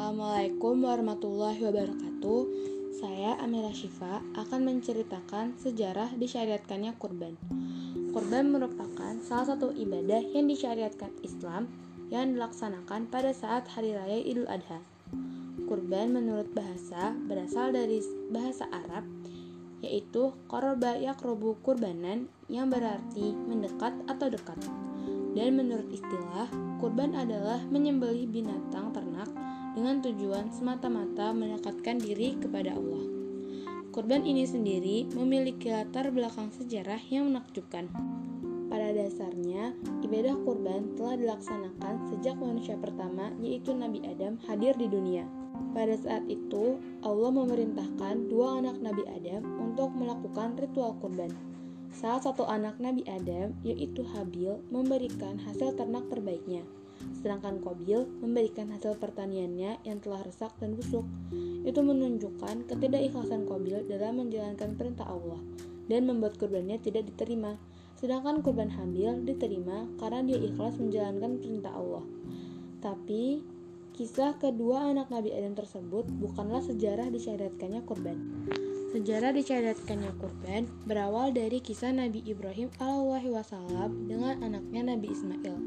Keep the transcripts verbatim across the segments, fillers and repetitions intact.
Assalamualaikum warahmatullahi wabarakatuh. Saya Amira Syifa akan menceritakan sejarah disyariatkannya kurban. Kurban merupakan salah satu ibadah yang disyariatkan Islam yang dilaksanakan pada saat Hari Raya Idul Adha. Kurban menurut bahasa berasal dari bahasa Arab, yaitu qoroba yaqrobu kurbanan, yang berarti mendekat atau dekat. Dan menurut istilah, kurban adalah menyembelih binatang ternak dengan tujuan semata-mata mendekatkan diri kepada Allah. Kurban ini sendiri memiliki latar belakang sejarah yang menakjubkan. Pada dasarnya, ibadah kurban telah dilaksanakan sejak manusia pertama, yaitu Nabi Adam, hadir di dunia. Pada saat itu, Allah memerintahkan dua anak Nabi Adam untuk melakukan ritual kurban. Salah satu anak Nabi Adam, yaitu Habil, memberikan hasil ternak terbaiknya, sedangkan Qabil memberikan hasil pertaniannya yang telah rusak dan busuk. Itu menunjukkan ketidakikhlasan Qabil dalam menjalankan perintah Allah dan membuat kurbannya tidak diterima. Sedangkan kurban Habil diterima karena dia ikhlas menjalankan perintah Allah. Tapi kisah kedua anak Nabi Adam tersebut bukanlah sejarah disyariatkannya kurban. Sejarah disyariatkannya kurban berawal dari kisah Nabi Ibrahim alaihi wasallam dengan anaknya Nabi Ismail.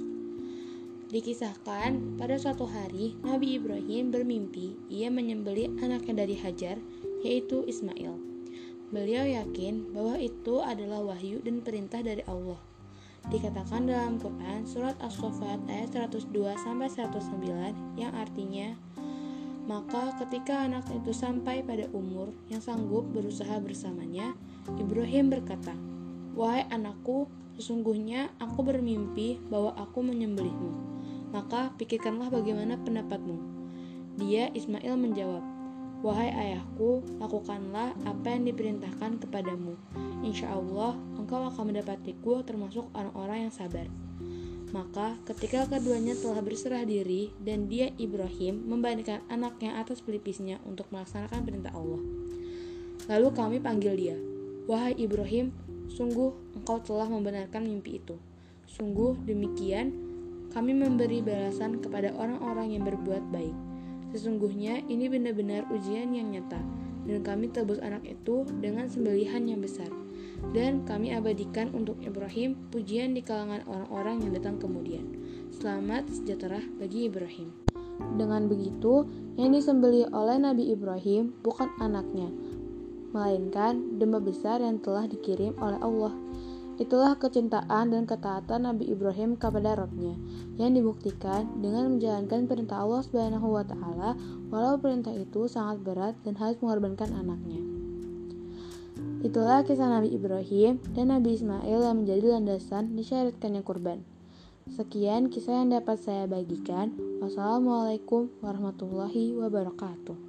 Dikisahkan pada suatu hari Nabi Ibrahim bermimpi ia menyembelih anaknya dari Hajar, yaitu Ismail. Beliau yakin bahwa itu adalah wahyu dan perintah dari Allah. Dikatakan dalam Quran surat As-Saffat ayat seratus dua sampai seratus sembilan yang artinya, maka ketika anak itu sampai pada umur yang sanggup berusaha bersamanya, Ibrahim berkata, "Wahai anakku, sesungguhnya aku bermimpi bahwa aku menyembelihmu. Maka pikirkanlah bagaimana pendapatmu." Dia Ismail menjawab, "Wahai ayahku, lakukanlah apa yang diperintahkan kepadamu. Insya Allah engkau akan mendapatiku termasuk orang-orang yang sabar." Maka ketika keduanya telah berserah diri dan dia Ibrahim membandingkan anaknya atas pelipisnya untuk melaksanakan perintah Allah, lalu kami panggil dia, "Wahai Ibrahim, sungguh engkau telah membenarkan mimpi itu. Sungguh demikian kami memberi balasan kepada orang-orang yang berbuat baik. Sesungguhnya ini benar-benar ujian yang nyata, dan kami tebus anak itu dengan sembelihan yang besar. Dan kami abadikan untuk Ibrahim pujian di kalangan orang-orang yang datang kemudian. Selamat sejahtera bagi Ibrahim." Dengan begitu, yang disembelih oleh Nabi Ibrahim bukan anaknya, melainkan domba besar yang telah dikirim oleh Allah. Itulah kecintaan dan ketaatan Nabi Ibrahim kepada Rabb-Nya yang dibuktikan dengan menjalankan perintah Allah Subhanahu wa taala walau perintah itu sangat berat dan harus mengorbankan anaknya. Itulah kisah Nabi Ibrahim dan Nabi Ismail yang menjadi landasan disyariatkannya kurban. Sekian kisah yang dapat saya bagikan. Wassalamualaikum warahmatullahi wabarakatuh.